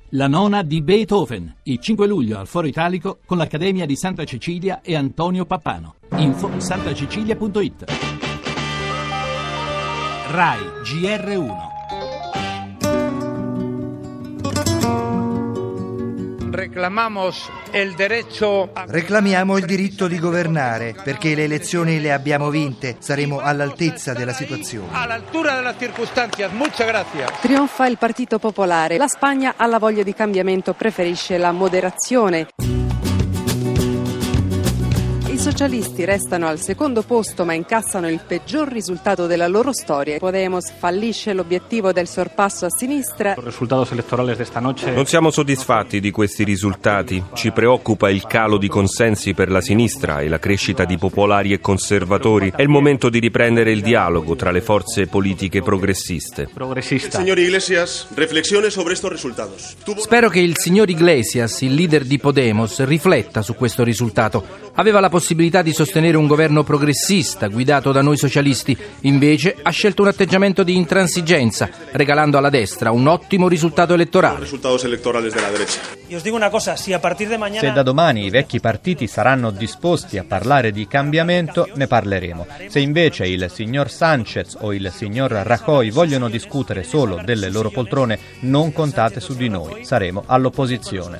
La nona di Beethoven, il 5 luglio al Foro Italico con l'Accademia di Santa Cecilia e Antonio Pappano. Info santacecilia.it. Rai GR1. Reclamiamo il diritto di governare, perché le elezioni le abbiamo vinte, saremo all'altezza della situazione. Trionfa il Partito Popolare. La Spagna ha la voglia di cambiamento, preferisce la moderazione. I socialisti restano al secondo posto ma incassano il peggior risultato della loro storia. Podemos fallisce l'obiettivo del sorpasso a sinistra. Non siamo soddisfatti di questi risultati. Ci preoccupa il calo di consensi per la sinistra e la crescita di popolari e conservatori. È il momento di riprendere il dialogo tra le forze politiche progressiste. Signor Iglesias, riflessione sobre estos risultados. Spero che il signor Iglesias, il leader di Podemos, rifletta su questo risultato. Aveva la possibilità di sostenere un governo progressista guidato da noi socialisti, invece ha scelto un atteggiamento di intransigenza, regalando alla destra un ottimo risultato elettorale. Se da domani i vecchi partiti saranno disposti a parlare di cambiamento, ne parleremo. Se invece il signor Sánchez o il signor Rajoy vogliono discutere solo delle loro poltrone, non contate su di noi, saremo all'opposizione.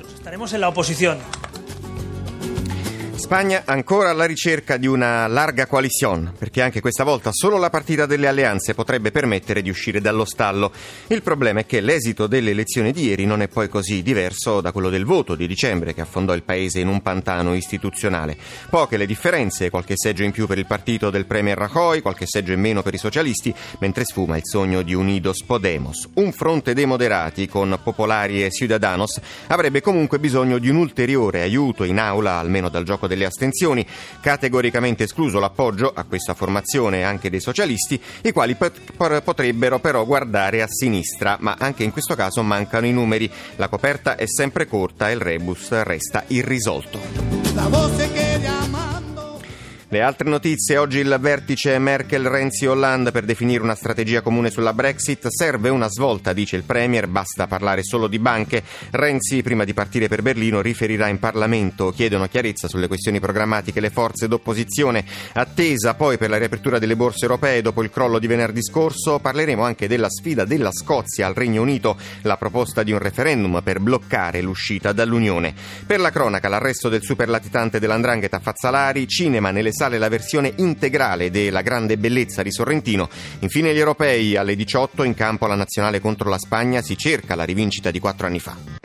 Spagna ancora alla ricerca di una larga coalizione, perché anche questa volta solo la partita delle alleanze potrebbe permettere di uscire dallo stallo. Il problema è che l'esito delle elezioni di ieri non è poi così diverso da quello del voto di dicembre che affondò il paese in un pantano istituzionale. Poche le differenze, qualche seggio in più per il partito del premier Rajoy, qualche seggio in meno per i socialisti, mentre sfuma il sogno di Unidos Podemos. Un fronte dei moderati con Popolari e Ciudadanos avrebbe comunque bisogno di un ulteriore aiuto in aula, almeno dal gioco delle astensioni, categoricamente escluso l'appoggio a questa formazione anche dei socialisti, i quali potrebbero però guardare a sinistra, ma anche in questo caso mancano i numeri, la coperta è sempre corta e il rebus resta irrisolto. Le altre notizie: oggi il vertice Merkel-Renzi-Hollande per definire una strategia comune sulla Brexit. Serve una svolta, dice il Premier, basta parlare solo di banche. Renzi, prima di partire per Berlino, riferirà in Parlamento. Chiedono chiarezza sulle questioni programmatiche le forze d'opposizione. Attesa poi per la riapertura delle borse europee dopo il crollo di venerdì scorso. Parleremo anche della sfida della Scozia al Regno Unito, la proposta di un referendum per bloccare l'uscita dall'Unione. Per la cronaca, l'arresto del superlatitante dell''ndrangheta Fazzalari, cinema nelle sale la versione integrale della grande bellezza di Sorrentino. Infine gli europei, alle 18 in campo la nazionale contro la Spagna, si cerca la rivincita di 4 anni fa.